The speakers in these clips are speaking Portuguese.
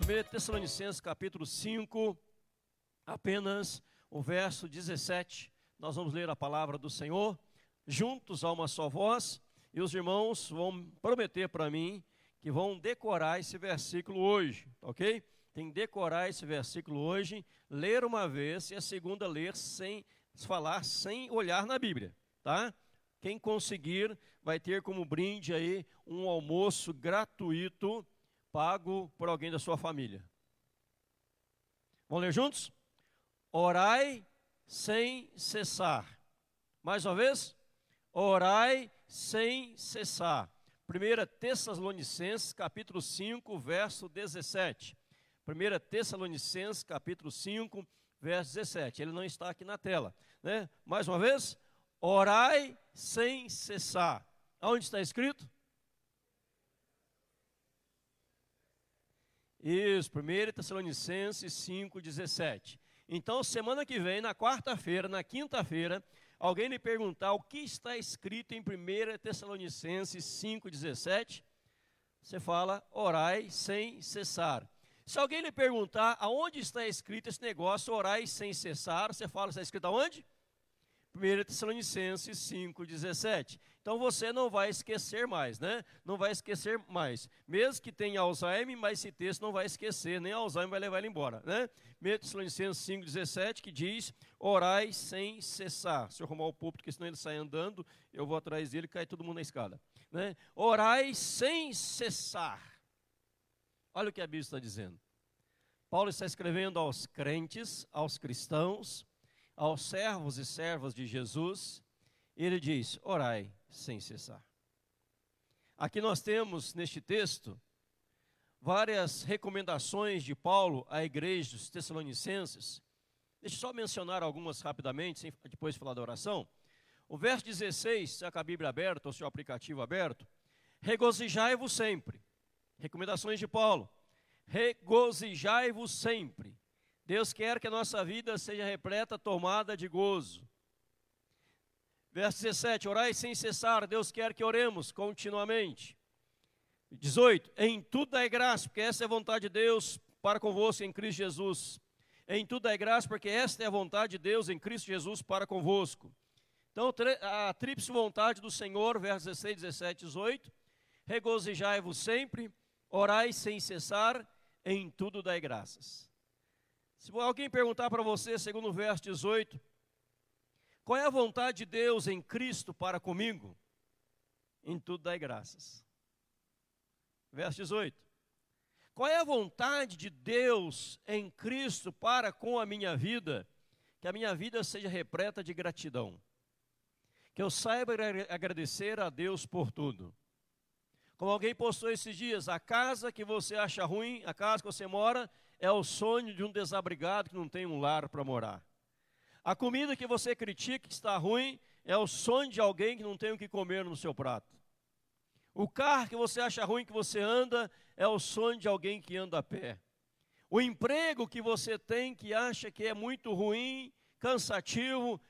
1 Tessalonicenses capítulo 5, apenas o verso 17. Nós vamos ler a palavra do Senhor, juntos a uma só voz, e os irmãos vão prometer para mim que vão decorar esse versículo hoje, ok? Tem que decorar esse versículo hoje, ler uma vez e a segunda ler sem falar, sem olhar na Bíblia, tá? Quem conseguir vai ter como brinde aí um almoço gratuito, pago por alguém da sua família. Vamos ler juntos? Orai sem cessar. Mais uma vez? Orai sem cessar. 1 Tessalonicenses capítulo 5, verso 17. 1 Tessalonicenses capítulo 5, verso 17. Ele não está aqui na tela, né? Mais uma vez? Orai sem cessar. Aonde está escrito? Isso, 1 Tessalonicenses 5, 17. Então, semana que vem, na quarta-feira, na quinta-feira, alguém me perguntar o que está escrito em 1 Tessalonicenses 5, 17, você fala, orai sem cessar. Se alguém lhe perguntar aonde está escrito esse negócio, orai sem cessar, você fala, está escrito aonde? 1 Tessalonicenses 5, 17. Então você não vai esquecer mais, né? Não vai esquecer mais. Mesmo que tenha Alzheimer, mas esse texto não vai esquecer, nem Alzheimer vai levar ele embora, né? 1 Tessalonicenses 5, 17, que diz, orai sem cessar. Se eu arrumar o púlpito, porque senão ele sai andando, eu vou atrás dele e cai todo mundo na escada, né? Orai sem cessar. Olha o que a Bíblia está dizendo. Paulo está escrevendo aos crentes, aos cristãos, aos servos e servas de Jesus, ele diz, orai sem cessar. Aqui nós temos, neste texto, várias recomendações de Paulo à igreja dos Tessalonicenses. Deixa eu só mencionar algumas rapidamente, sem depois falar da oração. O verso 16, está com a Bíblia aberta, ou seu aplicativo aberto, regozijai-vos sempre. Recomendações de Paulo. Regozijai-vos sempre. Deus quer que a nossa vida seja repleta, tomada de gozo. Verso 17, orai sem cessar, Deus quer que oremos continuamente. 18, em tudo dai graça, porque essa é a vontade de Deus para convosco em Cristo Jesus. Em tudo dai graça, porque esta é a vontade de Deus em Cristo Jesus para convosco. Então, a tríplice vontade do Senhor, versos 16, 17 e 18, regozijai-vos sempre, orai sem cessar, em tudo dai graças. Se alguém perguntar para você, segundo o verso 18, qual é a vontade de Deus em Cristo para comigo? Em tudo dai graças. Verso 18. Qual é a vontade de Deus em Cristo para com a minha vida? Que a minha vida seja repleta de gratidão. Que eu saiba agradecer a Deus por tudo. Como alguém postou esses dias, a casa que você acha ruim, a casa que você mora, é o sonho de um desabrigado que não tem um lar para morar. A comida que você critica que está ruim, é o sonho de alguém que não tem o que comer no seu prato. O carro que você acha ruim que você anda, é o sonho de alguém que anda a pé. O emprego que você tem que acha que é muito ruim, cansativo,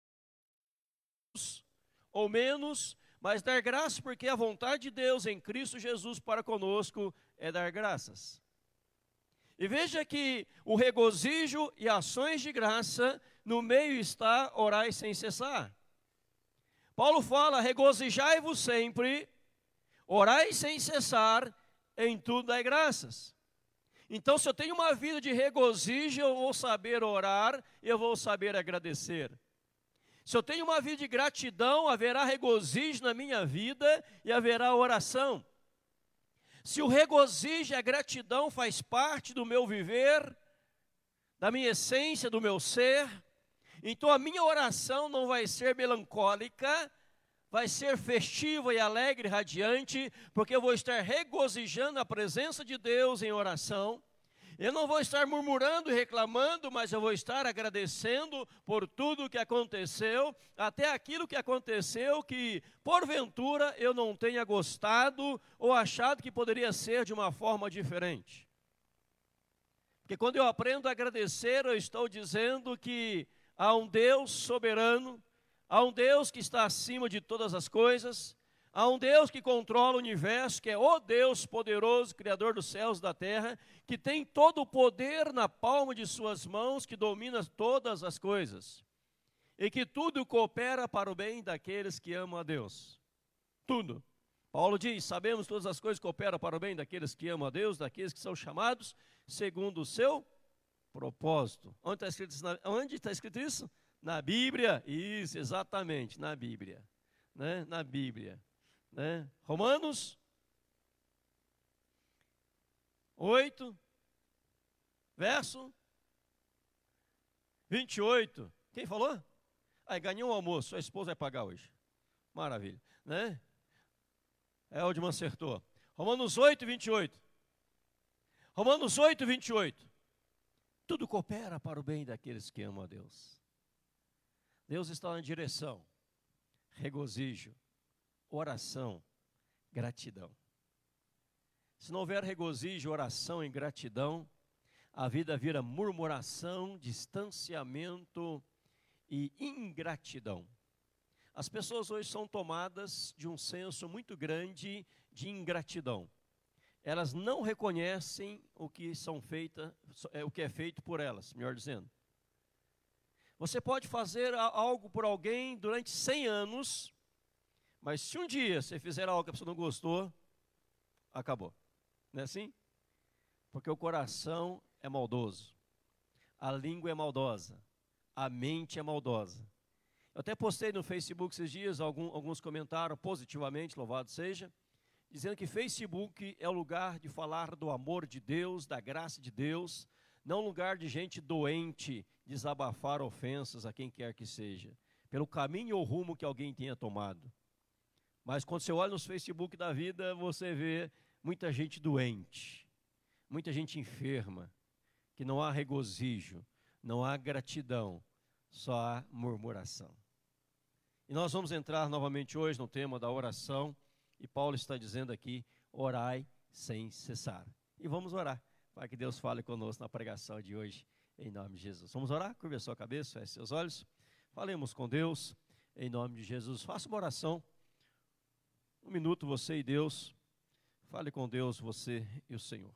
ou menos, mas dar graças porque a vontade de Deus em Cristo Jesus para conosco é dar graças. E veja que o regozijo e ações de graça, no meio está orai sem cessar. Paulo fala, regozijai-vos sempre, orai sem cessar, em tudo dai graças. Então, se eu tenho uma vida de regozijo, eu vou saber orar, eu vou saber agradecer. Se eu tenho uma vida de gratidão, haverá regozijo na minha vida e haverá oração. Se o regozijo e a gratidão faz parte do meu viver, da minha essência, do meu ser, então a minha oração não vai ser melancólica, vai ser festiva e alegre, radiante, porque eu vou estar regozijando a presença de Deus em oração. Eu não vou estar murmurando e reclamando, mas eu vou estar agradecendo por tudo o que aconteceu, até aquilo que aconteceu que, porventura, eu não tenha gostado ou achado que poderia ser de uma forma diferente. Porque quando eu aprendo a agradecer, eu estou dizendo que há um Deus soberano, há um Deus que está acima de todas as coisas, Há um Deus que controla o universo, que é o Deus poderoso, Criador dos céus e da terra, que tem todo o poder na palma de suas mãos, que domina todas as coisas. E que tudo coopera para o bem daqueles que amam a Deus. Tudo. Paulo diz, sabemos todas as coisas cooperam para o bem daqueles que amam a Deus, daqueles que são chamados segundo o seu propósito. Onde está escrito isso? Na Bíblia. Isso, exatamente, na Bíblia. Né? Na Bíblia. Né? Romanos 8, verso 28. Quem falou? Aí, ganhou um almoço, sua esposa vai pagar hoje. Maravilha, né? Eldman acertou. Romanos 8, 28. Romanos 8, 28. Tudo coopera para o bem daqueles que amam a Deus. Deus está na direção, regozijo, oração, gratidão. Se não houver regozijo, oração e gratidão, a vida vira murmuração, distanciamento e ingratidão. As pessoas hoje são tomadas de um senso muito grande de ingratidão. Elas não reconhecem o que é feito por elas, melhor dizendo. Você pode fazer algo por alguém durante 100 anos, mas se um dia você fizer algo que a pessoa não gostou, acabou. Não é assim? Porque o coração é maldoso, a língua é maldosa, a mente é maldosa. Eu até postei no Facebook esses dias, alguns comentaram positivamente, louvado seja, dizendo que Facebook é o lugar de falar do amor de Deus, da graça de Deus, não lugar de gente doente desabafar ofensas a quem quer que seja, pelo caminho ou rumo que alguém tenha tomado. Mas quando você olha nos Facebook da vida, você vê muita gente doente, muita gente enferma, que não há regozijo, não há gratidão, só há murmuração. E nós vamos entrar novamente hoje no tema da oração, e Paulo está dizendo aqui, orai sem cessar. E vamos orar, para que Deus fale conosco na pregação de hoje, em nome de Jesus. Vamos orar? Curva a sua cabeça, feche seus olhos, falemos com Deus, em nome de Jesus. Faça uma oração, 1 minuto você e Deus, fale com Deus, você e o Senhor.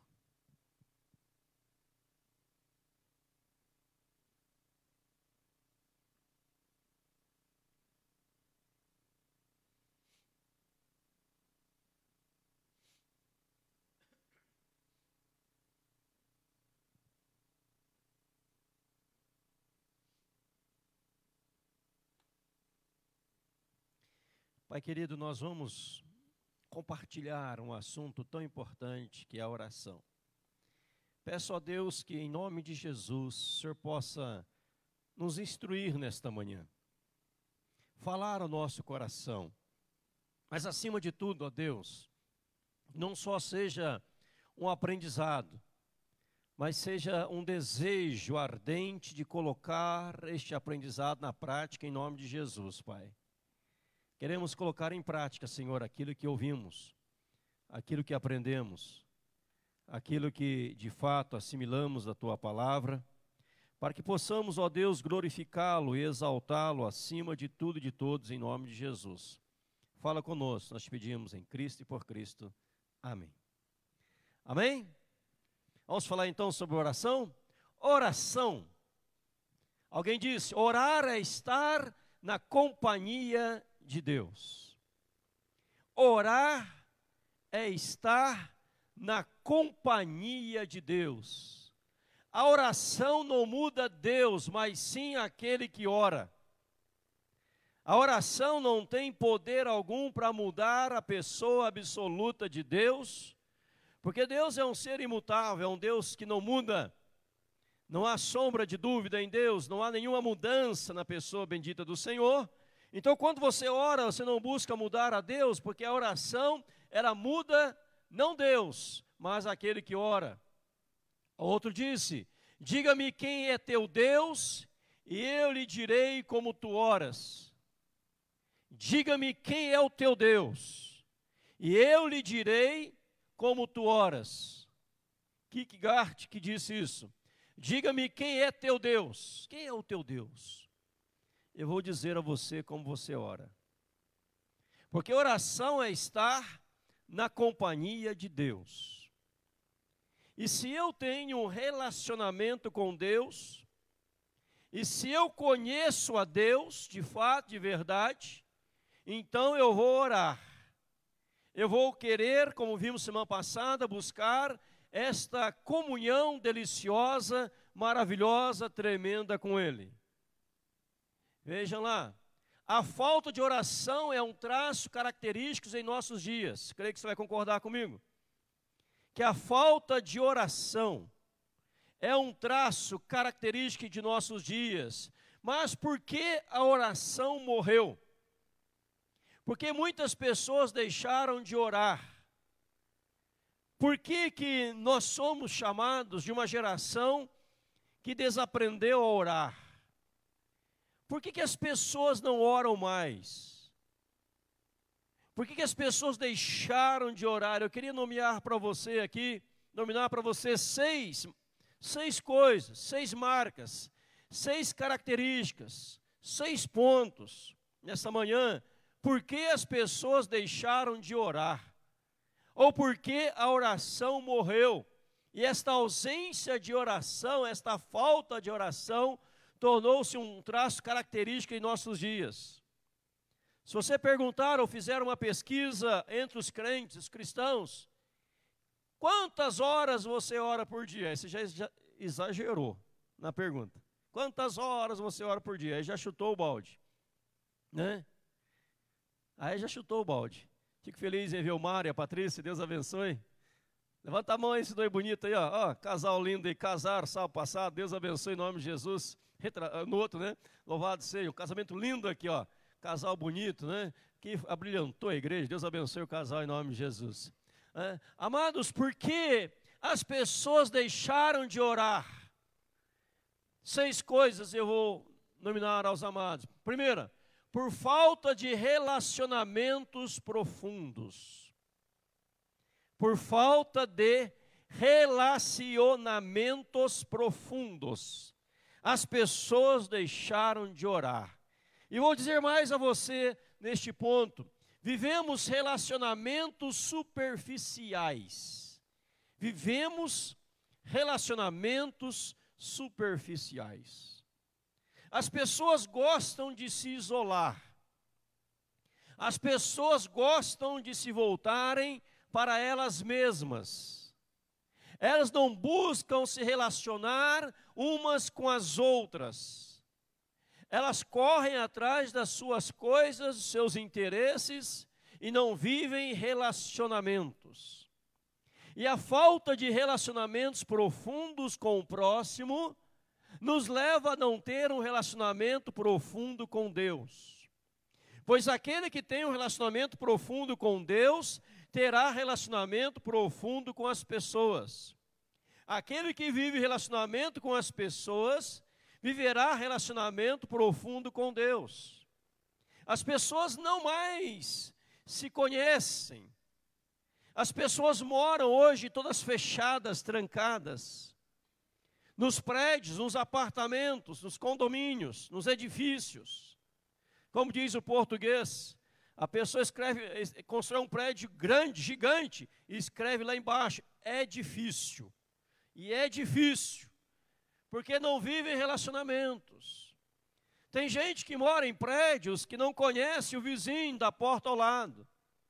Pai querido, nós vamos compartilhar um assunto tão importante que é a oração. Peço a Deus que em nome de Jesus, o Senhor possa nos instruir nesta manhã, falar ao nosso coração, mas acima de tudo, ó Deus, não só seja um aprendizado, mas seja um desejo ardente de colocar este aprendizado na prática em nome de Jesus, Pai. Queremos colocar em prática, Senhor, aquilo que ouvimos, aquilo que aprendemos, aquilo que de fato assimilamos da Tua palavra, para que possamos, ó Deus, glorificá-lo e exaltá-lo acima de tudo e de todos, em nome de Jesus. Fala conosco, nós te pedimos em Cristo e por Cristo. Amém. Amém? Vamos falar então sobre oração? Oração. Alguém disse, orar é estar na companhia de Deus. Orar é estar na companhia de Deus. A oração não muda Deus, mas sim aquele que ora. A oração não tem poder algum para mudar a pessoa absoluta de Deus, porque Deus é um ser imutável, é um Deus que não muda. Não há sombra de dúvida em Deus, não há nenhuma mudança na pessoa bendita do Senhor. Então, quando você ora, você não busca mudar a Deus, porque a oração, ela muda não Deus, mas aquele que ora. Outro disse, diga-me quem é teu Deus, e eu lhe direi como tu oras. Diga-me quem é o teu Deus, e eu lhe direi como tu oras. Kierkegaard que disse isso. Diga-me quem é teu Deus. Quem é o teu Deus? Eu vou dizer a você como você ora. Porque oração é estar na companhia de Deus. E se eu tenho um relacionamento com Deus, e se eu conheço a Deus, de fato, de verdade, então eu vou orar. Eu vou querer, como vimos semana passada, buscar esta comunhão deliciosa, maravilhosa, tremenda com Ele. Vejam lá, a falta de oração é um traço característico em nossos dias. Creio que você vai concordar comigo. Que a falta de oração é um traço característico de nossos dias. Mas por que a oração morreu? Porque muitas pessoas deixaram de orar. Por que nós somos chamados de uma geração que desaprendeu a orar? Por que as pessoas não oram mais? Por que as pessoas deixaram de orar? Eu queria nominar para você aqui, seis coisas, 6 marcas, 6 características, 6 pontos, nessa manhã. Por que as pessoas deixaram de orar? Ou por que a oração morreu? E esta ausência de oração, esta falta de oração, tornou-se um traço característico em nossos dias. Se você perguntar ou fizer uma pesquisa entre os crentes, os cristãos, quantas horas você ora por dia? Aí você já exagerou na pergunta. Quantas horas você ora por dia? Aí já chutou o balde, né? Aí já chutou o balde. Fico feliz em ver o Mário e a Patrícia, Deus abençoe. Levanta a mão aí, esse dois bonito aí, ó. Casal lindo aí, casaram sábado passado, Deus abençoe em nome de Jesus. No outro, né? Louvado seja, um casamento lindo aqui, ó. Casal bonito, né? Que abrilhantou a igreja, Deus abençoe o casal em nome de Jesus. Amados, por que as pessoas deixaram de orar? 6 coisas eu vou nominar aos amados. Primeira, por falta de relacionamentos profundos. Por falta de relacionamentos profundos. As pessoas deixaram de orar. E vou dizer mais a você neste ponto. Vivemos relacionamentos superficiais. Vivemos relacionamentos superficiais. As pessoas gostam de se isolar. As pessoas gostam de se voltarem para elas mesmas. Elas não buscam se relacionar umas com as outras. Elas correm atrás das suas coisas, dos seus interesses e não vivem relacionamentos. E a falta de relacionamentos profundos com o próximo nos leva a não ter um relacionamento profundo com Deus. Pois aquele que tem um relacionamento profundo com Deus, terá relacionamento profundo com as pessoas. Aquele que vive relacionamento com as pessoas, viverá relacionamento profundo com Deus. As pessoas não mais se conhecem. As pessoas moram hoje todas fechadas, trancadas. Nos prédios, nos apartamentos, nos condomínios, nos edifícios. Como diz o português, a pessoa constrói um prédio grande, gigante, e escreve lá embaixo, é difícil. E é difícil, porque não vivem relacionamentos. Tem gente que mora em prédios que não conhece o vizinho da porta ao lado,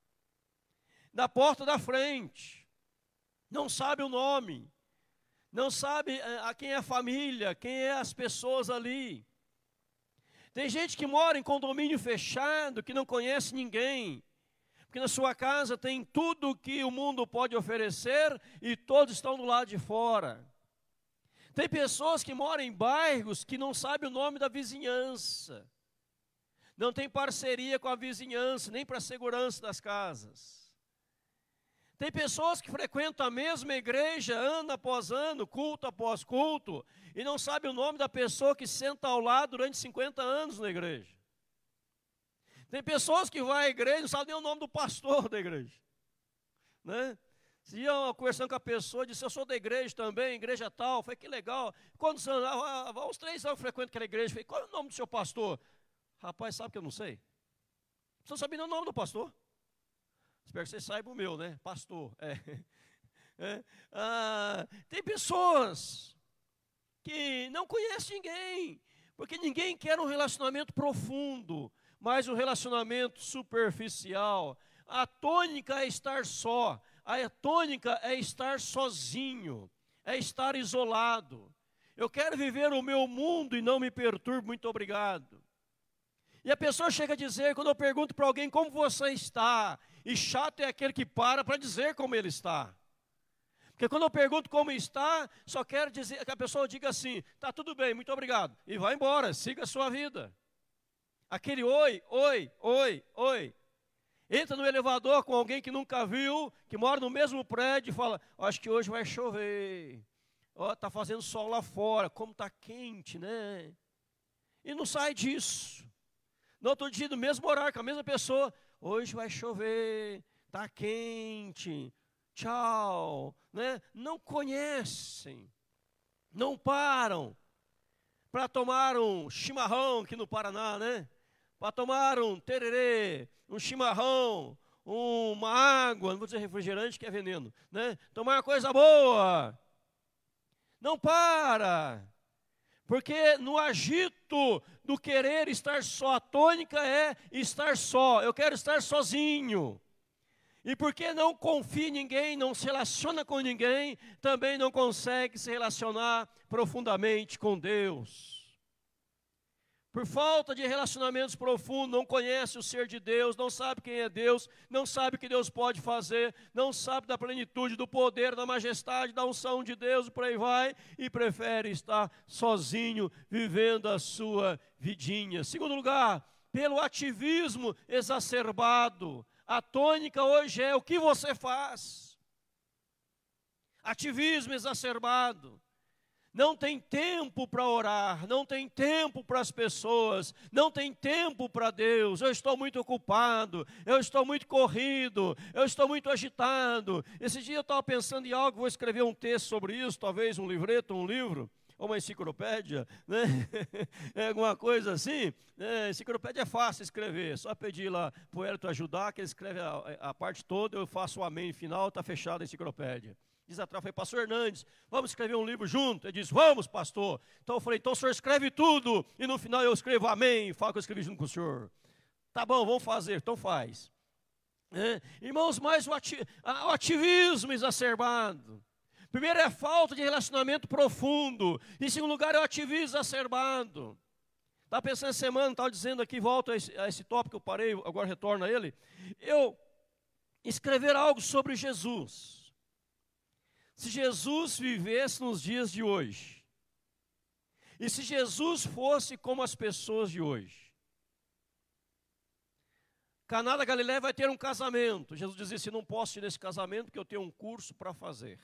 da porta da frente, não sabe o nome, não sabe a quem é a família, quem é as pessoas ali. Tem gente que mora em condomínio fechado, que não conhece ninguém, porque na sua casa tem tudo que o mundo pode oferecer e todos estão do lado de fora. Tem pessoas que moram em bairros que não sabem o nome da vizinhança, não tem parceria com a vizinhança, nem para a segurança das casas. Tem pessoas que frequentam a mesma igreja ano após ano, culto após culto, e não sabe o nome da pessoa que senta ao lado durante 50 anos na igreja. Tem pessoas que vão à igreja e não sabem nem o nome do pastor da igreja, né? Se eu conversando com a pessoa, disse, eu sou da igreja também, igreja tal. Falei, que legal. Quantos anos? Há uns 3 anos eu frequento aquela igreja. Falei, qual é o nome do seu pastor? Rapaz, sabe que eu não sei? Estou sabendo o nome do pastor? Espero que vocês saibam o meu, né? Pastor. Tem pessoas que não conhecem ninguém, porque ninguém quer um relacionamento profundo, mas um relacionamento superficial. A tônica é estar só, a tônica é estar sozinho, é estar isolado. Eu quero viver o meu mundo e não me perturbe, muito obrigado. E a pessoa chega a dizer, quando eu pergunto para alguém como você está, e chato é aquele que para dizer como ele está. Porque quando eu pergunto como está, só quero dizer que a pessoa diga assim, está tudo bem, muito obrigado, e vai embora, siga a sua vida. Aquele oi, oi, oi, oi. Entra no elevador com alguém que nunca viu, que mora no mesmo prédio e fala, acho que hoje vai chover. Está fazendo sol lá fora, como está quente, né? E não sai disso. No outro dia, no mesmo horário, com a mesma pessoa, hoje vai chover, está quente, tchau, né? Não conhecem, não param para tomar um chimarrão aqui no Paraná, né? Para tomar um tererê, um chimarrão, uma água, não vou dizer refrigerante que é veneno, né? Tomar uma coisa boa. Não para, porque no agito do querer estar só, a tônica é estar só, eu quero estar sozinho. E porque não confia em ninguém, não se relaciona com ninguém, também não consegue se relacionar profundamente com Deus. Por falta de relacionamentos profundos, não conhece o ser de Deus, não sabe quem é Deus, não sabe o que Deus pode fazer, não sabe da plenitude, do poder, da majestade, da unção de Deus, e por aí vai, e prefere estar sozinho, vivendo a sua vidinha. Segundo lugar, pelo ativismo exacerbado. A tônica hoje é o que você faz. Ativismo exacerbado. Não tem tempo para orar, não tem tempo para as pessoas, não tem tempo para Deus. Eu estou muito ocupado, eu estou muito corrido, eu estou muito agitado. Esse dia eu estava pensando em algo, vou escrever um texto sobre isso, talvez um livreto, um livro, ou uma enciclopédia, né? Alguma coisa assim. Enciclopédia é fácil escrever, só pedir lá para o Hélio ajudar, que ele escreve a parte toda, eu faço o amém final, está fechada a enciclopédia. Diz atrás, foi pastor Hernandes, vamos escrever um livro junto? Ele diz, vamos pastor. Então eu falei, então o senhor escreve tudo, e no final eu escrevo amém, falo que eu escrevi junto com o senhor. Tá bom, vamos fazer, então faz. Irmãos, mas o ativismo exacerbado. Primeiro é a falta de relacionamento profundo, em segundo lugar é o ativismo exacerbado. Estava pensando essa semana, estava dizendo aqui, volto a esse tópico que eu parei, agora retorno a ele. Eu escrever algo sobre Jesus. Se Jesus vivesse nos dias de hoje, e se Jesus fosse como as pessoas de hoje, Caná da Galileia vai ter um casamento. Jesus dizia assim, não posso ir nesse casamento porque eu tenho um curso para fazer.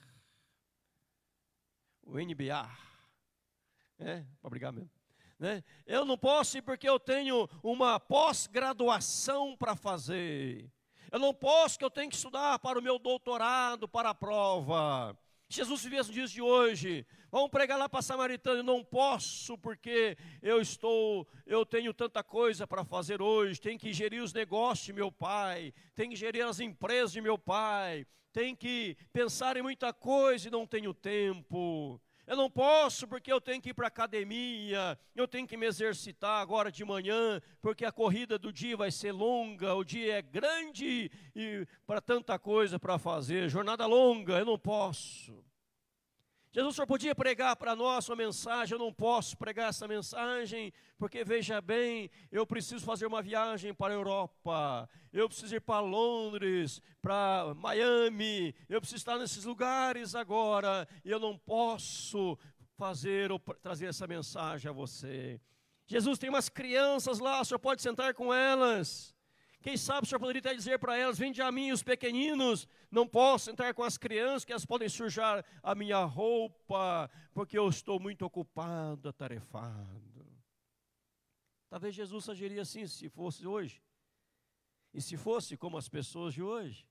O NBA, para brigar mesmo. Né? Eu não posso ir porque eu tenho uma pós-graduação para fazer. Eu não posso, que eu tenho que estudar para o meu doutorado, para a prova. Jesus vivia nos dias de hoje. Vamos pregar lá para a Samaritana. Eu não posso, porque eu tenho tanta coisa para fazer hoje. Tenho que gerir os negócios de meu pai. Tenho que gerir as empresas de meu pai. Tenho que pensar em muita coisa e não tenho tempo. Eu não posso porque eu tenho que ir para a academia, eu tenho que me exercitar agora de manhã, porque a corrida do dia vai ser longa, o dia é grande e para tanta coisa para fazer, jornada longa, eu não posso. Jesus só podia pregar para nós uma mensagem, eu não posso pregar essa mensagem, porque veja bem, eu preciso fazer uma viagem para a Europa, eu preciso ir para Londres, para Miami, eu preciso estar nesses lugares agora, e eu não posso fazer ou trazer essa mensagem a você. Jesus tem umas crianças lá, o senhor pode sentar com elas. Quem sabe o senhor poderia até dizer para elas, vinde a mim os pequeninos, não posso sentar com as crianças, que elas podem sujar a minha roupa, porque eu estou muito ocupado, atarefado. Talvez Jesus agiria assim, se fosse hoje. E se fosse como as pessoas de hoje.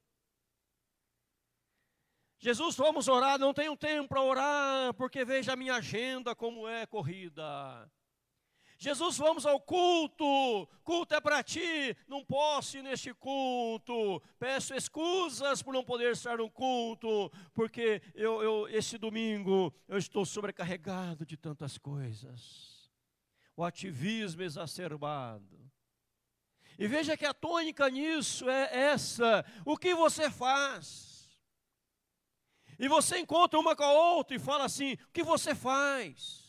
Jesus, vamos orar, não tenho tempo para orar, porque veja a minha agenda como é corrida. Jesus, vamos ao culto, culto é para ti, não posso ir neste culto, peço excusas por não poder estar no culto, porque esse domingo eu estou sobrecarregado de tantas coisas. O ativismo exacerbado. E veja que a tônica nisso é essa: o que você faz? E você encontra uma com a outra e fala assim: o que você faz?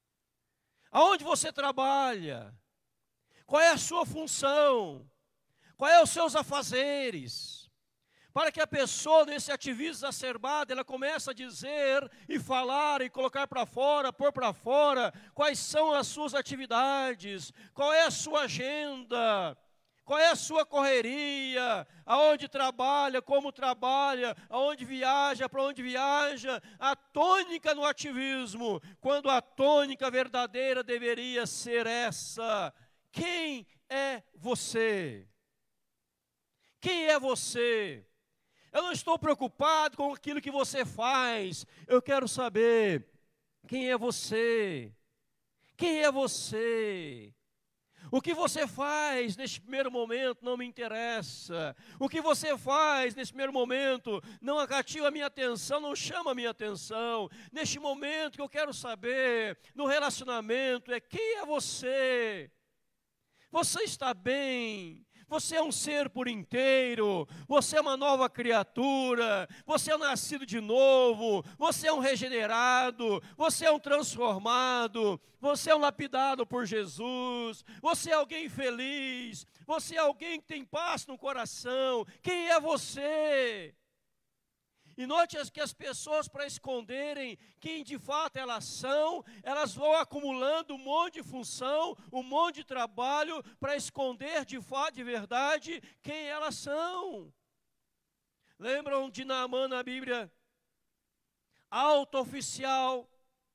Aonde você trabalha? Qual é a sua função? Qual é os seus afazeres? Para que a pessoa, nesse ativismo exacerbado, ela comece a dizer e falar e colocar para fora, pôr para fora, quais são as suas atividades, qual é a sua agenda, qual é a sua correria, aonde trabalha, como trabalha, aonde viaja, para onde viaja. A tônica no ativismo, quando a tônica verdadeira deveria ser essa: quem é você? Quem é você? Eu não estou preocupado com aquilo que você faz, eu quero saber quem é você. Quem é você? O que você faz neste primeiro momento não me interessa. O que você faz nesse primeiro momento não cativa a minha atenção, não chama a minha atenção. Neste momento que eu quero saber, no relacionamento, é quem é você? Você está bem? Você é um ser por inteiro, você é uma nova criatura, você é nascido de novo, você é um regenerado, você é um transformado, você é um lapidado por Jesus, você é alguém feliz, você é alguém que tem paz no coração. Quem é você? E note que as pessoas, para esconderem quem de fato elas são, elas vão acumulando um monte de função, um monte de trabalho para esconder de fato, de verdade, quem elas são. Lembram de Naamã na Bíblia? Alto oficial,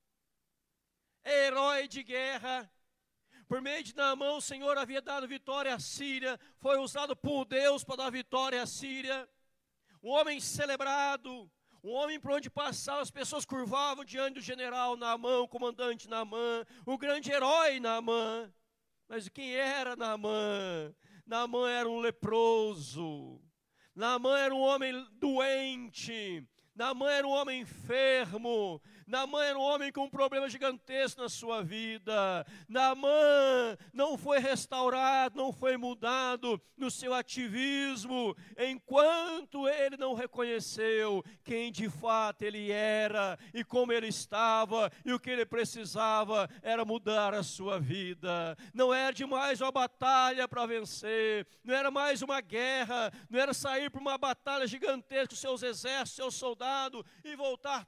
herói de guerra. Por meio de Naamã, o Senhor havia dado vitória à Síria, foi usado por Deus para dar vitória à Síria. Um homem celebrado, um homem por onde passava, as pessoas curvavam diante do general Naamã, o comandante Naamã, o grande herói Naamã. Mas quem era Naamã? Naamã era um leproso, Naamã era um homem doente, Naamã era um homem enfermo, Naamã era um homem com um problema gigantesco na sua vida. Naamã não foi restaurado, não foi mudado no seu ativismo, enquanto ele não reconheceu quem de fato ele era e como ele estava, e o que ele precisava era mudar a sua vida. Não era de mais uma batalha para vencer, não era mais uma guerra, não era sair para uma batalha gigantesca com seus exércitos, seus soldados e voltar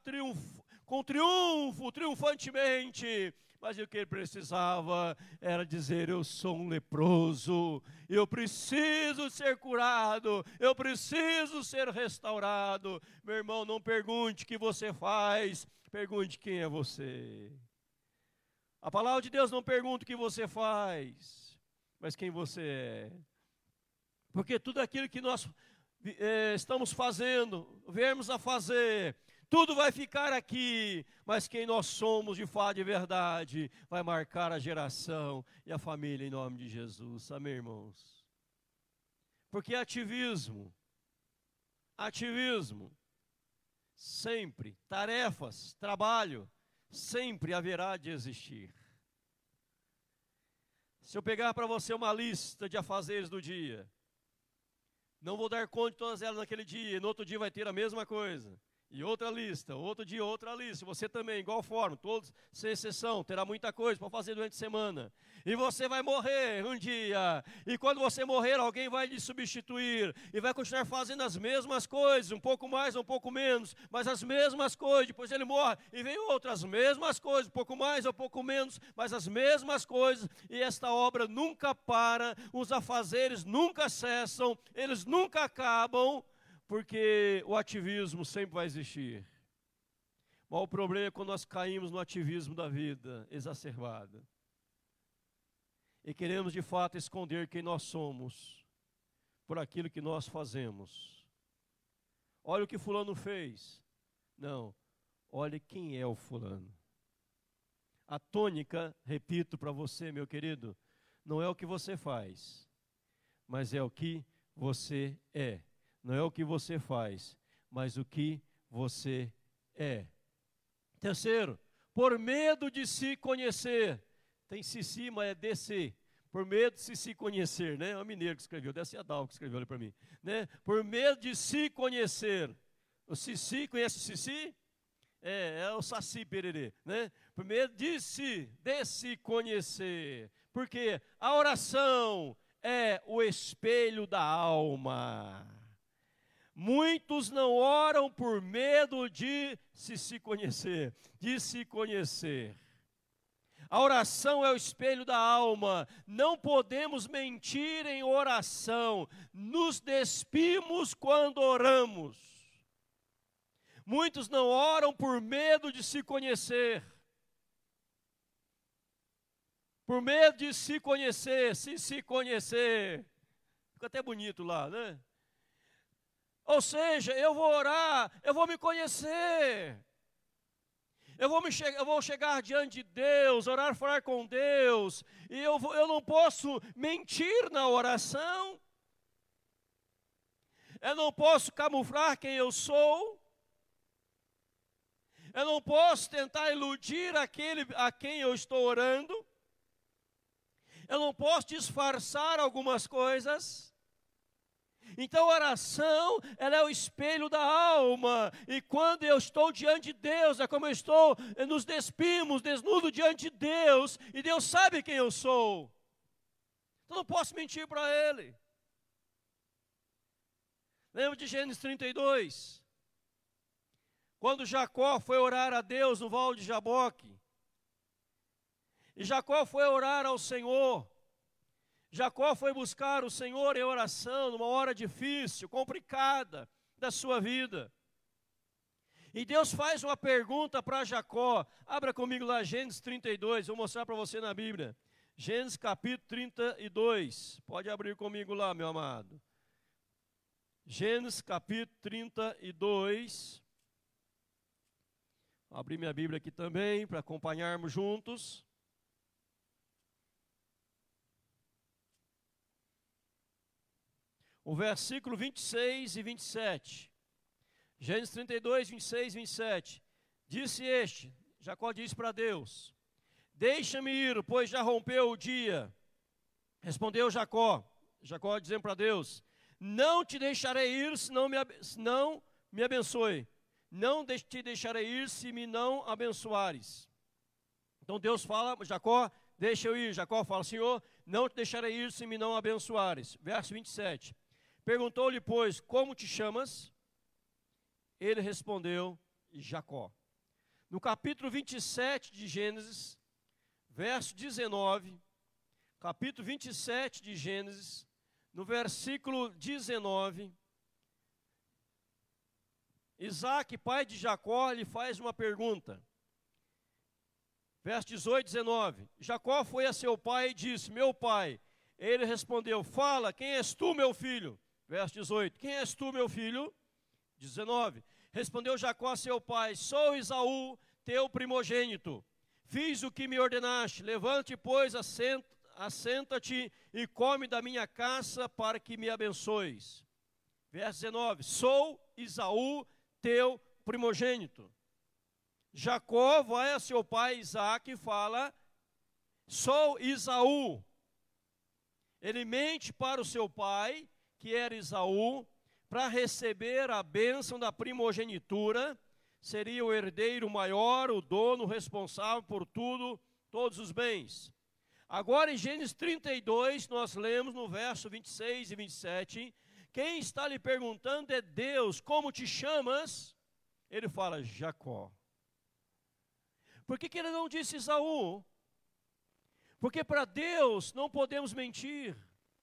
triunfantemente. Mas o que ele precisava era dizer: eu sou um leproso, eu preciso ser curado, eu preciso ser restaurado. Meu irmão, não pergunte o que você faz, pergunte quem é você. A palavra de Deus não pergunta o que você faz, mas quem você é. Porque tudo aquilo que nós estamos fazendo, viemos a fazer, tudo vai ficar aqui, mas quem nós somos de fato, de verdade, vai marcar a geração e a família em nome de Jesus. Amém, irmãos? Porque ativismo, sempre, tarefas, trabalho, sempre haverá de existir. Se eu pegar para você uma lista de afazeres do dia, não vou dar conta de todas elas naquele dia, e no outro dia vai ter a mesma coisa. E outra lista, outro dia outra lista. Você também, igual forma, todos sem exceção, terá muita coisa para fazer durante a semana. E você vai morrer um dia. E quando você morrer, alguém vai lhe substituir. E vai continuar fazendo as mesmas coisas, um pouco mais, um pouco menos, mas as mesmas coisas. Depois ele morre e vem outras mesmas coisas, um pouco mais, um pouco menos, mas as mesmas coisas. E esta obra nunca para, os afazeres nunca cessam, eles nunca acabam. Porque o ativismo sempre vai existir. Mas o problema é quando nós caímos no ativismo da vida exacerbada. E queremos de fato esconder quem nós somos por aquilo que nós fazemos. Olha o que fulano fez. Não, olhe quem é o fulano. A tônica, repito para você, meu querido, não é o que você faz, mas é o que você é. Não é o que você faz, mas o que você é. Terceiro, por medo de se conhecer. Tem Cici, mas é DC. Por medo de se conhecer, né? É o mineiro que escreveu, deve ser a Dal que escreveu ali para mim. Né? Por medo de se conhecer. O Cici, conhece o Cici? É o Saci Pererê, né? Por medo de se conhecer. Porque a oração é o espelho da alma. Muitos não oram por medo de se conhecer, de se conhecer. A oração é o espelho da alma. Não podemos mentir em oração. Nos despimos quando oramos. Muitos não oram por medo de se conhecer. Por medo de se conhecer, se conhecer. Fica até bonito lá, né? Ou seja, eu vou orar, eu vou me conhecer. Eu vou chegar diante de Deus, orar, falar com Deus. E eu não posso mentir na oração. Eu não posso camuflar quem eu sou. Eu não posso tentar iludir aquele a quem eu estou orando. Eu não posso disfarçar algumas coisas. Então a oração, ela é o espelho da alma. E quando eu estou diante de Deus, é como eu estou nos despimos, desnudo diante de Deus. E Deus sabe quem eu sou. Então não posso mentir para Ele. Lembra de Gênesis 32? Quando Jacó foi orar a Deus no Val de Jaboque. E Jacó foi orar ao Senhor. Jacó foi buscar o Senhor em oração, numa hora difícil, complicada da sua vida. E Deus faz uma pergunta para Jacó. Abra comigo lá, Gênesis 32, vou mostrar para você na Bíblia. Gênesis capítulo 32. Pode abrir comigo lá, meu amado. Gênesis capítulo 32. Vou abrir minha Bíblia aqui também, para acompanharmos juntos. O versículo 26 e 27. Gênesis 32, 26 e 27. Disse este, Jacó disse para Deus: deixa-me ir, pois já rompeu o dia. Respondeu Jacó dizendo para Deus: não te deixarei ir, se não me abençoe. Não te deixarei ir, se me não abençoares. Então Deus fala, Jacó, deixa eu ir. Jacó fala, Senhor, não te deixarei ir, se me não abençoares. Verso 27. Perguntou-lhe, pois, como te chamas? Ele respondeu, Jacó. No capítulo 27 de Gênesis, verso 19, capítulo 27 de Gênesis, no versículo 19, Isaac, pai de Jacó, lhe faz uma pergunta. Verso 18 e 19. Jacó foi a seu pai e disse, meu pai. Ele respondeu, fala, quem és tu, meu filho? Verso 18, quem és tu, meu filho? 19, respondeu Jacó a seu pai, sou Esaú, teu primogênito. Fiz o que me ordenaste, levante, pois, assenta-te e come da minha caça para que me abençoes. Verso 19, sou Esaú, teu primogênito. Jacó vai a seu pai Isaque e fala, sou Esaú. Ele mente para o seu pai, que era Esaú, para receber a bênção da primogenitura, seria o herdeiro maior, o dono responsável por tudo, todos os bens. Agora em Gênesis 32, nós lemos no verso 26 e 27, quem está lhe perguntando é Deus, como te chamas? Ele fala, Jacó. Por que ele não disse Esaú? Porque para Deus não podemos mentir.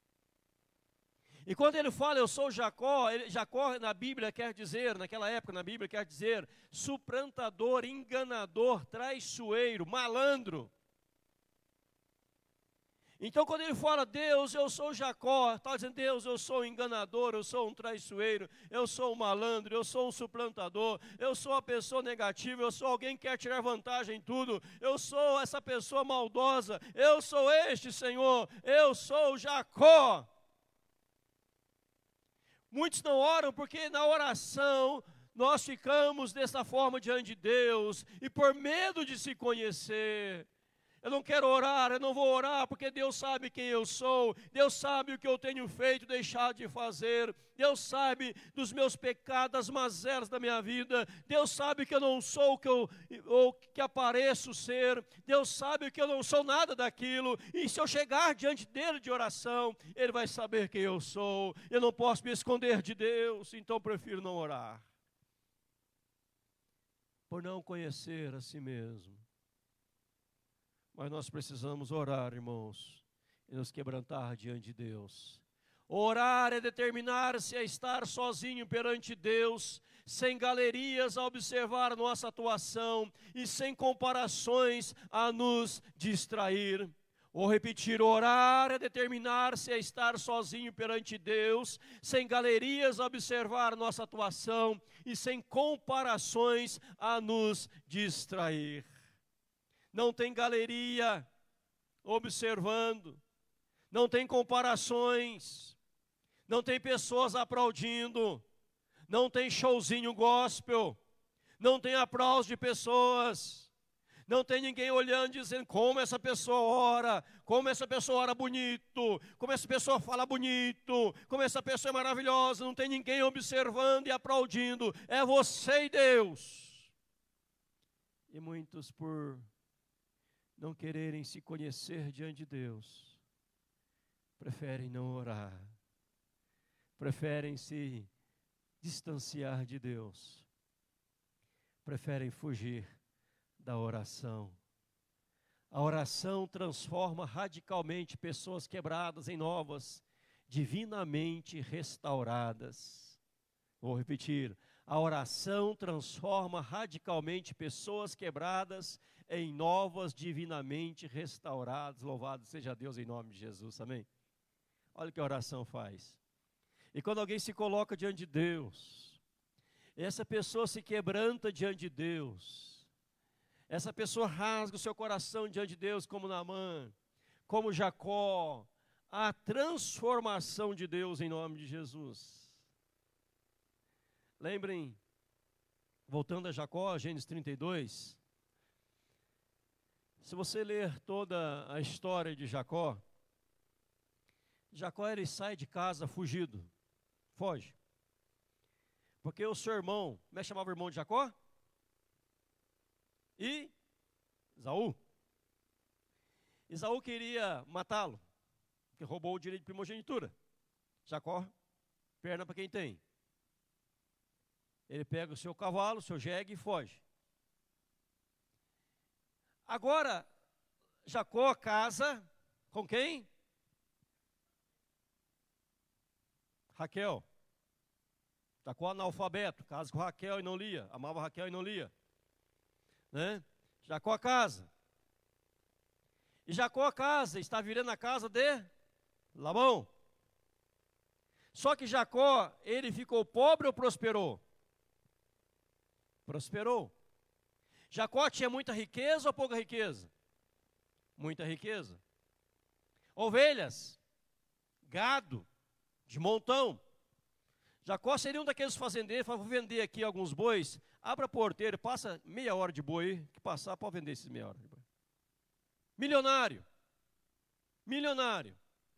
E quando ele fala, eu sou Jacó, Jacó na Bíblia quer dizer, naquela época na Bíblia quer dizer, suplantador, enganador, traiçoeiro, malandro. Então, quando ele fala, Deus, eu sou Jacó, está dizendo, Deus, eu sou um enganador, eu sou um traiçoeiro, eu sou um malandro, eu sou um suplantador, eu sou uma pessoa negativa, eu sou alguém que quer tirar vantagem em tudo, eu sou essa pessoa maldosa, eu sou este, Senhor, eu sou Jacó. Muitos não oram porque na oração nós ficamos dessa forma diante de Deus, e por medo de se conhecer, eu não quero orar, eu não vou orar, porque Deus sabe quem eu sou, Deus sabe o que eu tenho feito, deixado de fazer, Deus sabe dos meus pecados, das mazelas da minha vida, Deus sabe que eu não sou o que apareço ser, Deus sabe que eu não sou nada daquilo, e se eu chegar diante dele de oração, ele vai saber quem eu sou, eu não posso me esconder de Deus, então eu prefiro não orar, por não conhecer a si mesmo. Mas nós precisamos orar, irmãos, e nos quebrantar diante de Deus. Orar é determinar-se a estar sozinho perante Deus, sem galerias a observar nossa atuação e sem comparações a nos distrair. Vou repetir, orar é determinar-se a estar sozinho perante Deus, sem galerias a observar nossa atuação e sem comparações a nos distrair. Não tem galeria observando, não tem comparações, não tem pessoas aplaudindo, não tem showzinho gospel, não tem aplauso de pessoas, não tem ninguém olhando dizendo como essa pessoa ora bonito, como essa pessoa fala bonito, como essa pessoa é maravilhosa, não tem ninguém observando e aplaudindo, é você e Deus. E muitos por não quererem se conhecer diante de Deus, preferem não orar, preferem se distanciar de Deus, preferem fugir da oração. A oração transforma radicalmente pessoas quebradas em novas, divinamente restauradas. Vou repetir, a oração transforma radicalmente pessoas quebradas em novas, divinamente restauradas. Louvado seja Deus em nome de Jesus, amém? Olha o que a oração faz. E quando alguém se coloca diante de Deus, essa pessoa se quebranta diante de Deus, essa pessoa rasga o seu coração diante de Deus, como Naamã, como Jacó, a transformação de Deus em nome de Jesus. Lembrem, voltando a Jacó, Gênesis 32, se você ler toda a história de Jacó, ele sai de casa fugido, foge. Porque o seu irmão, como é que chamava o irmão de Jacó? Esaú. Esaú queria matá-lo, porque roubou o direito de primogenitura. Jacó, perna para quem tem. Ele pega o seu cavalo, o seu jegue e foge. Agora, Jacó casa com quem? Raquel. Jacó analfabeto, casa com Raquel e não lia, amava Raquel e não lia. Né? Jacó casa. E Jacó casa, está virando a casa de Labão. Só que Jacó, ele ficou pobre ou prosperou? Prosperou. Jacó tinha muita riqueza ou pouca riqueza? Muita riqueza. Ovelhas, gado, de montão. Jacó seria um daqueles fazendeiros, vou vender aqui alguns bois, abra a porteira, passa meia hora de boi, que passar pode vender esses meia hora de boi. Milionário. Milionário.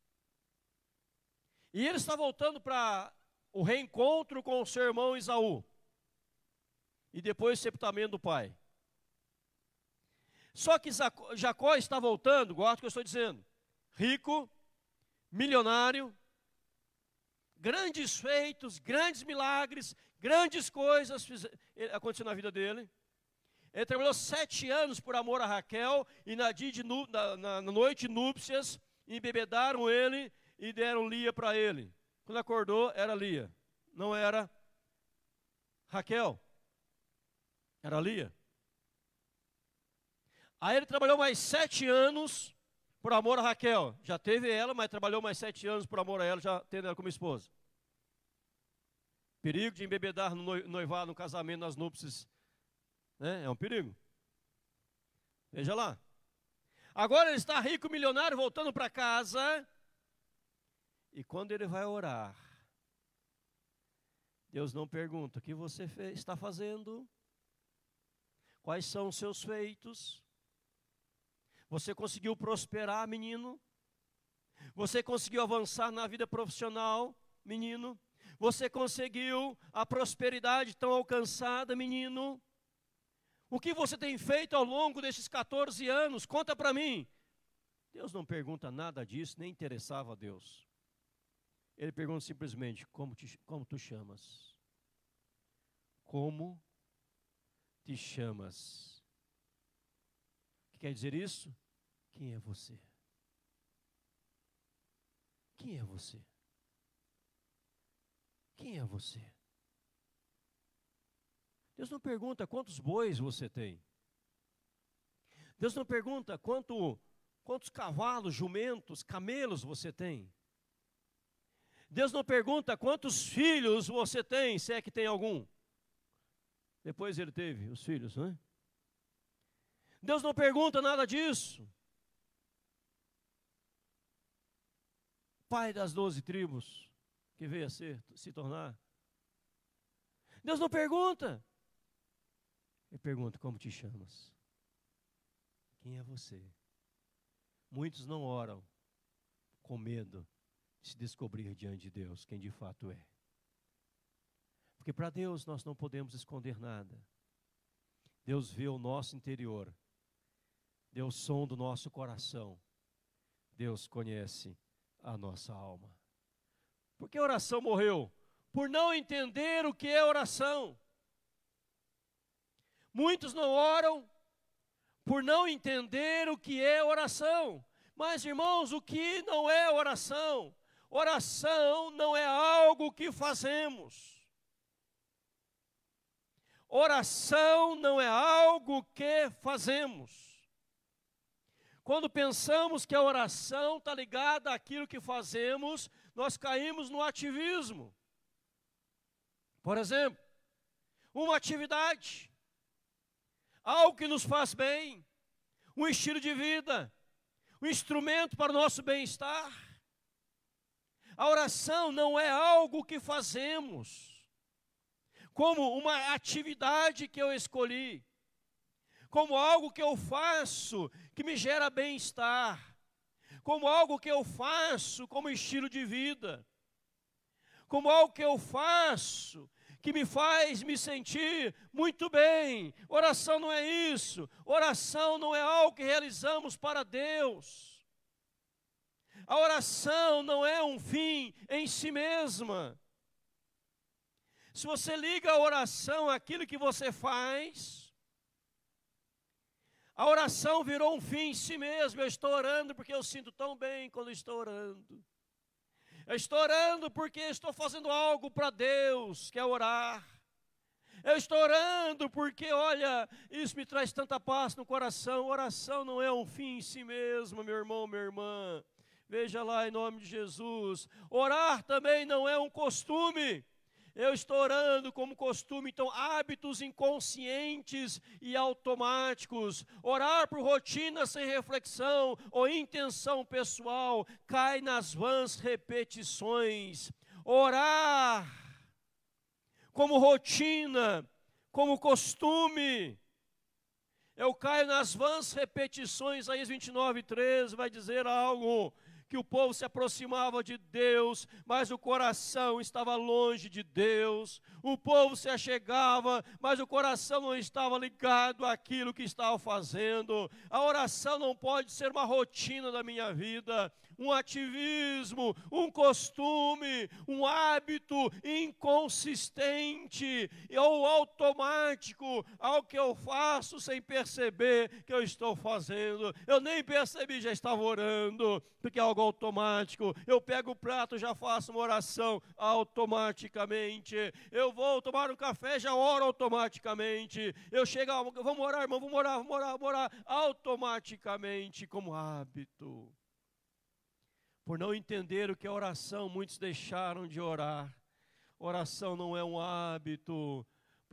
E ele está voltando para o reencontro com o seu irmão Esaú. E depois o sepultamento do pai. Só que Jacó está voltando, guarda o que eu estou dizendo, rico, milionário, grandes feitos, grandes milagres, grandes coisas aconteceram na vida dele. Ele trabalhou 7 anos por amor a Raquel, e na noite de núpcias, embebedaram ele e deram Lia para ele. Quando acordou, era Lia, não era Raquel, era Lia. Aí ele trabalhou mais 7 anos por amor a Raquel. Já teve ela, mas trabalhou mais 7 anos por amor a ela, já tendo ela como esposa. Perigo de embebedar no noivado, no casamento, nas núpcias. Né? É um perigo. Veja lá. Agora ele está rico, milionário, voltando para casa. E quando ele vai orar, Deus não pergunta: o que você está fazendo? Quais são os seus feitos? Você conseguiu prosperar, menino? Você conseguiu avançar na vida profissional, menino? Você conseguiu a prosperidade tão alcançada, menino? O que você tem feito ao longo desses 14 anos? Conta para mim. Deus não pergunta nada disso, nem interessava a Deus. Ele pergunta simplesmente: como tu chamas? Como te chamas? O que quer dizer isso? Quem é você? Quem é você? Quem é você? Deus não pergunta quantos bois você tem. Deus não pergunta quantos cavalos, jumentos, camelos você tem. Deus não pergunta quantos filhos você tem, se é que tem algum. Depois ele teve os filhos, não é? Deus não pergunta nada disso. Pai das 12 tribos, que veio a se tornar. Deus não pergunta. Ele pergunta: como te chamas? Quem é você? Muitos não oram com medo de se descobrir diante de Deus quem de fato é. Porque para Deus nós não podemos esconder nada. Deus vê o nosso interior. Deus sonda o nosso coração. Deus conhece a nossa alma. Por que a oração morreu? Por não entender o que é oração. Muitos não oram por não entender o que é oração. Mas, irmãos, o que não é oração? Oração não é algo que fazemos. Oração não é algo que fazemos. Quando pensamos que a oração está ligada àquilo que fazemos, nós caímos no ativismo. Por exemplo, uma atividade, algo que nos faz bem, um estilo de vida, um instrumento para o nosso bem-estar. A oração não é algo que fazemos, como uma atividade que eu escolhi, como algo que eu faço que me gera bem-estar, como algo que eu faço como estilo de vida, como algo que eu faço que me faz me sentir muito bem. Oração não é isso. Oração não é algo que realizamos para Deus. A oração não é um fim em si mesma. Se você liga a oração àquilo que você faz, a oração virou um fim em si mesmo. Eu estou orando porque eu sinto tão bem quando estou orando. Eu estou orando porque estou fazendo algo para Deus, que é orar. Eu estou orando porque, olha, isso me traz tanta paz no coração. Oração não é um fim em si mesmo, meu irmão, minha irmã. Veja lá, em nome de Jesus. Orar também não é um costume. Eu estou orando como costume, então hábitos inconscientes e automáticos. Orar por rotina sem reflexão ou intenção pessoal cai nas vãs repetições. Orar como rotina, como costume, eu caio nas vãs repetições. Aí 29:13 vai dizer algo, que o povo se aproximava de Deus, mas o coração estava longe de Deus. O povo se achegava, mas o coração não estava ligado àquilo que estava fazendo. A oração não pode ser uma rotina da minha vida. um ativismo, um costume, um hábito inconsistente ou automático, algo que eu faço sem perceber que eu estou fazendo. Eu nem percebi, já estava orando, porque é algo automático. Eu pego o prato, já faço uma oração automaticamente. Eu vou tomar um café, já oro automaticamente. Eu chego, vamos orar, irmão, vamos orar, automaticamente, como hábito. Por não entender o que é oração, muitos deixaram de orar. Oração não é um hábito.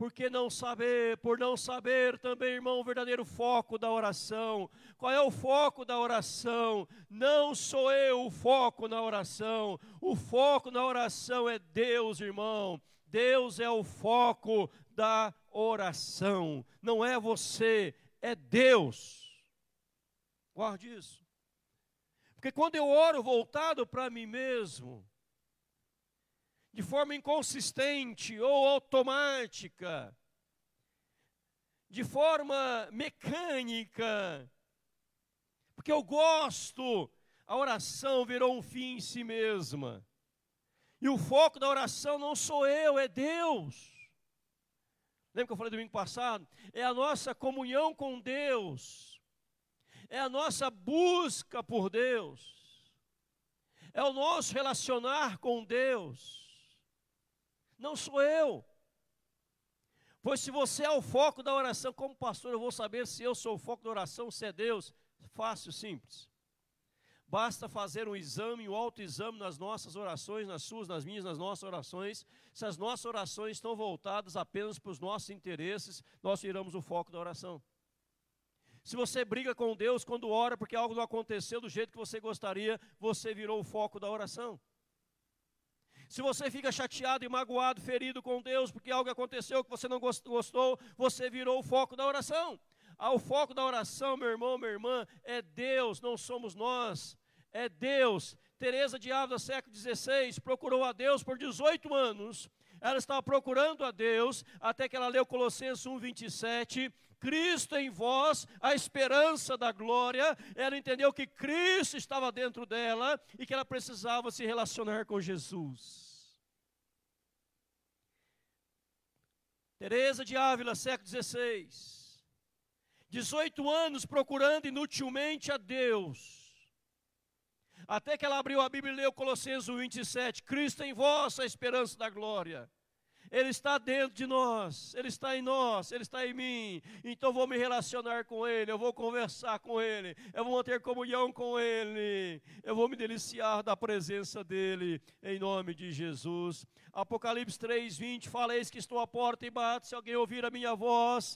Por não saber também, irmão, o verdadeiro foco da oração. Qual é o foco da oração? Não sou eu o foco na oração. O foco na oração é Deus, irmão. Deus é o foco da oração. Não é você, é Deus. Guarde isso. Porque quando eu oro voltado para mim mesmo, de forma inconsistente ou automática, de forma mecânica, porque eu gosto, a oração virou um fim em si mesma. E o foco da oração não sou eu, é Deus. Lembra que eu falei domingo passado? É a nossa comunhão com Deus, é a nossa busca por Deus, é o nosso relacionar com Deus. Não sou eu. Pois se você é o foco da oração, como pastor, eu vou saber se eu sou o foco da oração, se é Deus. Fácil, simples. Basta fazer um exame, um autoexame nas nossas orações, nas suas, nas minhas, nas nossas orações. Se as nossas orações estão voltadas apenas para os nossos interesses, nós tiramos o foco da oração. Se você briga com Deus quando ora porque algo não aconteceu do jeito que você gostaria, você virou o foco da oração. Se você fica chateado e magoado, ferido com Deus, porque algo aconteceu que você não gostou, você virou o foco da oração. O foco da oração, meu irmão, minha irmã, é Deus, não somos nós, é Deus. Teresa de Ávila, século XVI, procurou a Deus por 18 anos. Ela estava procurando a Deus, até que ela leu Colossenses 1:27, Cristo em vós, a esperança da glória. Ela entendeu que Cristo estava dentro dela e que ela precisava se relacionar com Jesus. Teresa de Ávila, século XVI, 18 anos procurando inutilmente a Deus, até que ela abriu a Bíblia e leu Colossenses 1:27, Cristo em vós, a esperança da glória. Ele está dentro de nós, Ele está em nós, Ele está em mim. Então eu vou me relacionar com Ele, eu vou conversar com Ele, eu vou manter comunhão com Ele, eu vou me deliciar da presença dEle, em nome de Jesus. Apocalipse 3:20 fala, eis que estou à porta e bato, se alguém ouvir a minha voz,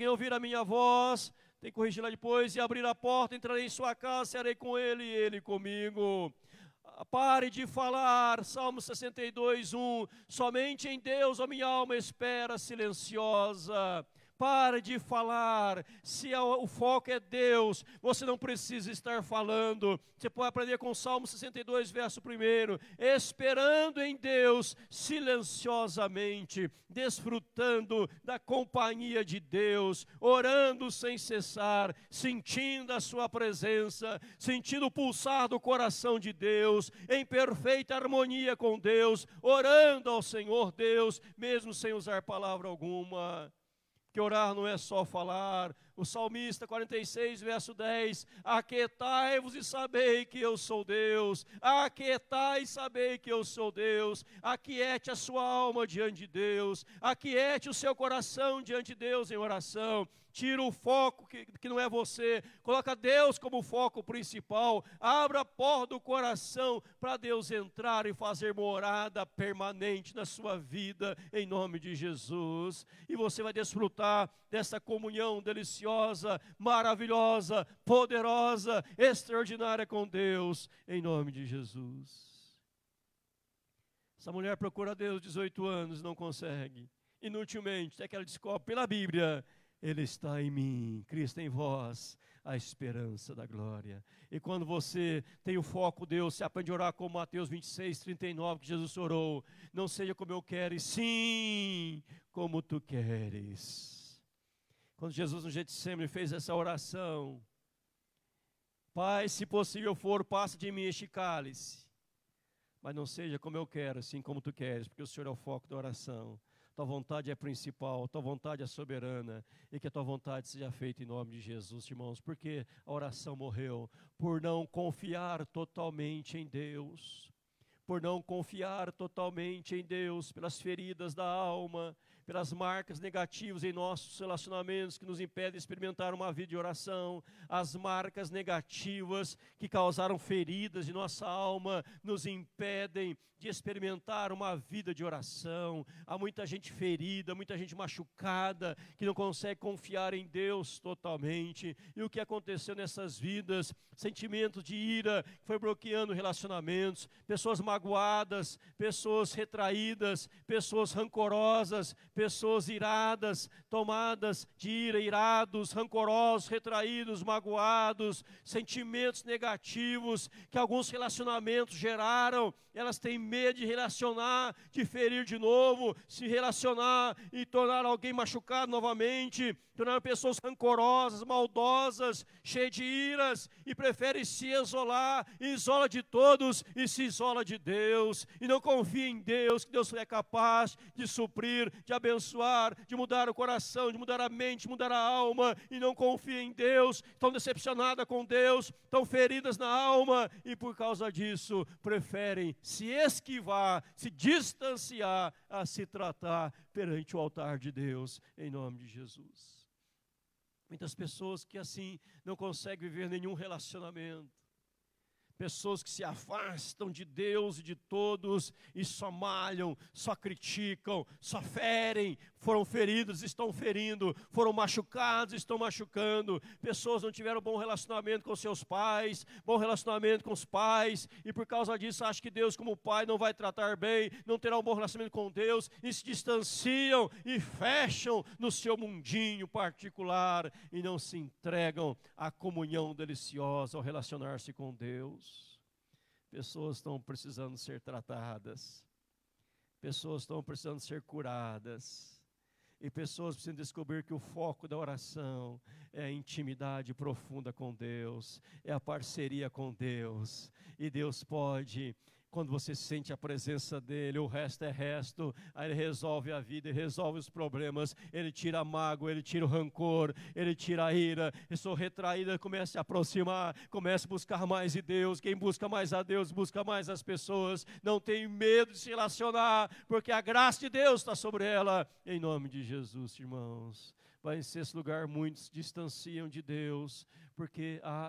tem que corrigir lá depois, e abrir a porta, entrarei em sua casa, serei com Ele e Ele comigo. Pare de falar, Salmo 62:1, somente em Deus a minha alma espera silenciosa. Pare de falar, se o foco é Deus, você não precisa estar falando. Você pode aprender com o Salmo 62, verso 1, esperando em Deus silenciosamente, desfrutando da companhia de Deus, orando sem cessar, sentindo a sua presença, sentindo o pulsar do coração de Deus, em perfeita harmonia com Deus, orando ao Senhor Deus, mesmo sem usar palavra alguma. Que orar não é só falar. O salmista 46, verso 10, aquietai-vos e sabei que eu sou Deus, aquietai e sabei que eu sou Deus, aquiete a sua alma diante de Deus, aquiete o seu coração diante de Deus em oração. Tira o foco que não é você, coloca Deus como foco principal, abra a porta do coração para Deus entrar e fazer morada permanente na sua vida, em nome de Jesus. E você vai desfrutar dessa comunhão deliciosa, maravilhosa, poderosa, extraordinária com Deus, em nome de Jesus. Essa mulher procura Deus 18 anos, não consegue, inutilmente, até que ela descobre pela Bíblia, Ele está em mim, Cristo em vós, a esperança da glória. E quando você tem o foco Deus, você aprende a orar como Mateus 26:39, que Jesus orou, não seja como eu quero, e sim como tu queres. Quando Jesus no Getsemane fez essa oração, Pai, se possível for, passa de mim este cálice. Mas não seja como eu quero, assim como tu queres, porque o Senhor é o foco da oração. Tua vontade é principal, tua vontade é soberana, e que a tua vontade seja feita em nome de Jesus, irmãos, porque a oração morreu por não confiar totalmente em Deus, por não confiar totalmente em Deus, pelas feridas da alma, pelas marcas negativas em nossos relacionamentos que nos impedem de experimentar uma vida de oração, as marcas negativas que causaram feridas de nossa alma nos impedem de experimentar uma vida de oração. Há muita gente ferida, muita gente machucada, que não consegue confiar em Deus totalmente. E o que aconteceu nessas vidas? Sentimentos de ira que foi bloqueando relacionamentos, pessoas magoadas, pessoas retraídas, pessoas rancorosas, pessoas iradas, tomadas de ira, irados, rancorosos, retraídos, magoados, sentimentos negativos que alguns relacionamentos geraram. Elas têm medo de relacionar, de ferir de novo, se relacionar e tornar alguém machucado novamente, tornar pessoas rancorosas, maldosas, cheias de iras, e prefere se isolar, isola de todos e se isola de Deus, e não confia em Deus, que Deus é capaz de suprir, de abençoar, de mudar o coração, de mudar a mente, de mudar a alma, e não confia em Deus, estão decepcionadas com Deus, estão feridas na alma, e por causa disso, preferem se esquivar, se distanciar, a se tratar perante o altar de Deus, em nome de Jesus. Muitas pessoas que assim não conseguem viver nenhum relacionamento, pessoas que se afastam de Deus e de todos e só malham, só criticam, só ferem, foram feridos, estão ferindo, foram machucados, estão machucando. Pessoas não tiveram bom relacionamento com seus pais, bom relacionamento com os pais, e por causa disso acham que Deus como pai não vai tratar bem, não terá um bom relacionamento com Deus, e se distanciam e fecham no seu mundinho particular e não se entregam à comunhão deliciosa ao relacionar-se com Deus. Pessoas estão precisando ser tratadas, pessoas estão precisando ser curadas, e pessoas precisam descobrir que o foco da oração é a intimidade profunda com Deus, é a parceria com Deus, e Deus pode, quando você sente a presença dEle, o resto é resto, aí Ele resolve a vida, Ele resolve os problemas, Ele tira a mágoa, Ele tira o rancor, Ele tira a ira. Pessoa retraída começa a se aproximar, começa a buscar mais de Deus. Quem busca mais a Deus, busca mais as pessoas, não tem medo de se relacionar, porque a graça de Deus está sobre ela, em nome de Jesus, irmãos. Vai ser esse lugar, muitos distanciam de Deus, porque há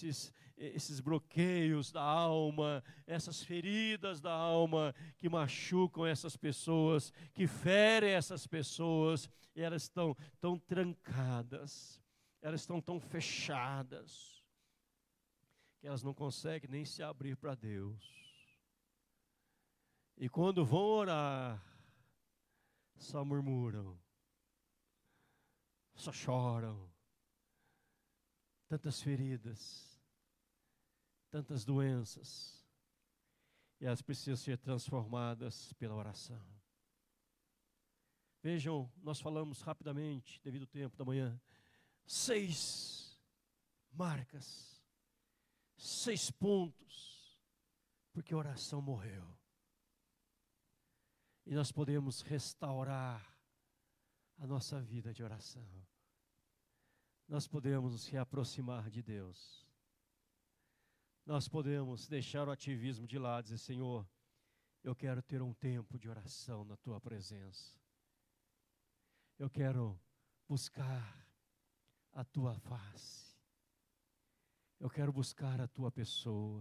esses bloqueios da alma, essas feridas da alma que machucam essas pessoas, que ferem essas pessoas, e elas estão tão trancadas, elas estão tão fechadas, que elas não conseguem nem se abrir para Deus. E quando vão orar, só murmuram, só choram. Tantas feridas, tantas doenças, e elas precisam ser transformadas pela oração. Vejam, nós falamos rapidamente, devido ao tempo da manhã, 6 marcas, 6 pontos, porque a oração morreu. E nós podemos restaurar a nossa vida de oração. Nós podemos nos reaproximar de Deus. Nós podemos deixar o ativismo de lado e dizer: Senhor, eu quero ter um tempo de oração na Tua presença. Eu quero buscar a Tua face. Eu quero buscar a Tua pessoa.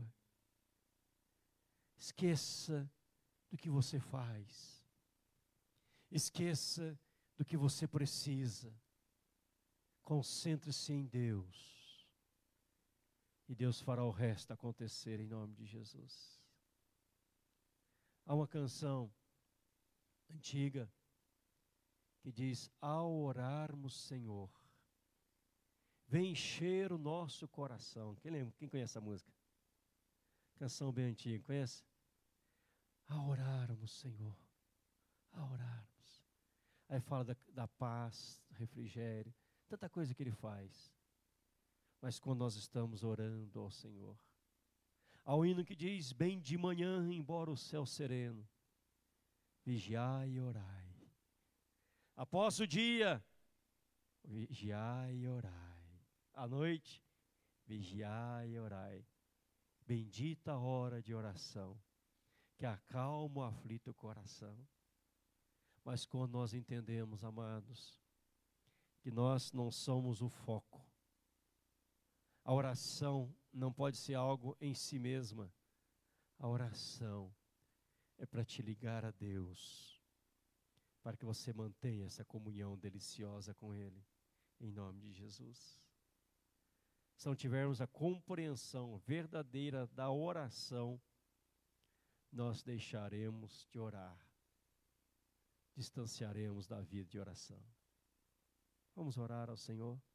Esqueça do que você faz. Esqueça do que você precisa. Concentre-se em Deus. E Deus fará o resto acontecer em nome de Jesus. Há uma canção antiga que diz: ao orarmos, Senhor, vem encher o nosso coração. Quem lembra? Quem conhece essa música? Canção bem antiga, conhece? Ao orarmos, Senhor, ao orarmos. Aí fala da paz, do refrigério, tanta coisa que Ele faz. mas quando nós estamos orando ao Senhor. Há um hino que diz, bem de manhã, embora o céu sereno, vigiai e orai. Após o dia, vigiai e orai. À noite, vigiai e orai. Bendita a hora de oração, que acalma o aflito coração. Mas quando nós entendemos, amados, que nós não somos o foco, a oração não pode ser algo em si mesma. A oração é para te ligar a Deus, para que você mantenha essa comunhão deliciosa com Ele, em nome de Jesus. Se não tivermos a compreensão verdadeira da oração, nós deixaremos de orar, distanciaremos da vida de oração. Vamos orar ao Senhor.